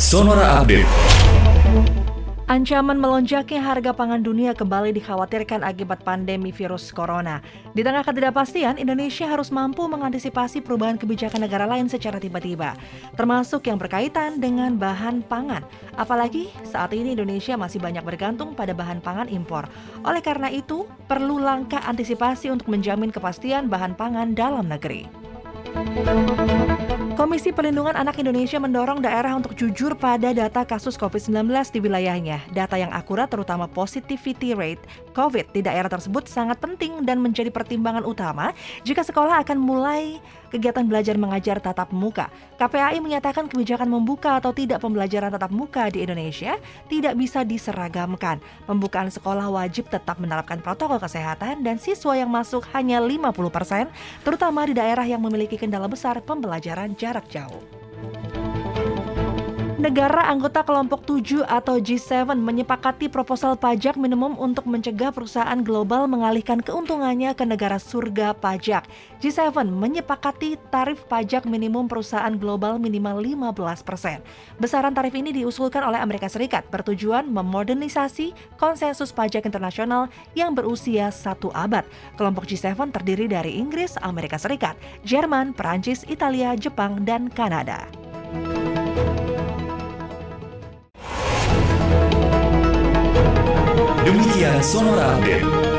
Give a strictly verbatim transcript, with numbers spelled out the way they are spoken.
Sonora Update. Ancaman melonjaknya harga pangan dunia kembali dikhawatirkan akibat pandemi virus corona. Di tengah ketidakpastian, Indonesia harus mampu mengantisipasi perubahan kebijakan negara lain secara tiba-tiba, termasuk yang berkaitan dengan bahan pangan. Apalagi saat ini Indonesia masih banyak bergantung pada bahan pangan impor. Oleh karena itu, perlu langkah antisipasi untuk menjamin kepastian bahan pangan dalam negeri. Komisi Perlindungan Anak Indonesia mendorong daerah untuk jujur pada data kasus covid sembilan belas di wilayahnya. Data yang akurat terutama positivity rate COVID di daerah tersebut sangat penting dan menjadi pertimbangan utama jika sekolah akan mulai kegiatan belajar mengajar tatap muka. K P A I menyatakan kebijakan membuka atau tidak pembelajaran tatap muka di Indonesia tidak bisa diseragamkan. Pembukaan sekolah wajib tetap menerapkan protokol kesehatan dan siswa yang masuk hanya lima puluh persen, terutama di daerah yang memiliki kendala besar pembelajaran jarak jauh. Negara anggota kelompok tujuh atau G tujuh menyepakati proposal pajak minimum untuk mencegah perusahaan global mengalihkan keuntungannya ke negara surga pajak. G tujuh menyepakati tarif pajak minimum perusahaan global minimal lima belas persen. Besaran tarif ini diusulkan oleh Amerika Serikat bertujuan memodernisasi konsensus pajak internasional yang berusia satu abad. Kelompok G tujuh terdiri dari Inggris, Amerika Serikat, Jerman, Perancis, Italia, Jepang, dan Kanada. Demikian Sonora Update.